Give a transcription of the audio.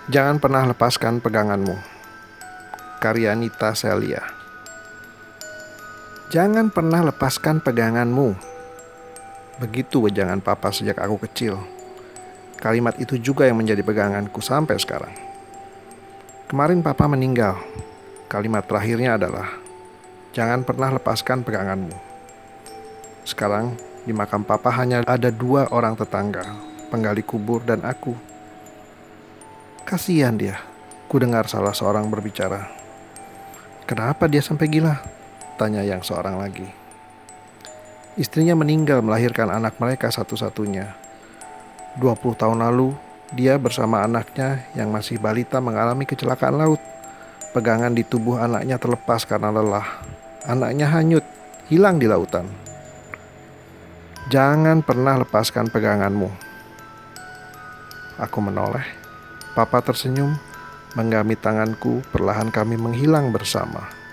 Jangan pernah lepaskan peganganmu. Karya Nita Celia. Jangan pernah lepaskan peganganmu. Begitu wejangan papa sejak aku kecil. Kalimat itu juga yang menjadi peganganku sampai sekarang. Kemarin papa meninggal. Kalimat terakhirnya adalah, jangan pernah lepaskan peganganmu. Sekarang di makam papa hanya ada 2 orang tetangga, penggali kubur dan aku. Kasihan dia. Ku dengar salah seorang berbicara. Kenapa dia sampai gila? Tanya yang seorang lagi. Istrinya meninggal melahirkan anak mereka satu-satunya. 20 tahun lalu, dia bersama anaknya yang masih balita mengalami kecelakaan laut. Pegangan di tubuh anaknya terlepas karena lelah. Anaknya hanyut, hilang di lautan. Jangan pernah lepaskan peganganmu. Aku menoleh. Papa tersenyum, menggamit tanganku, perlahan kami menghilang bersama.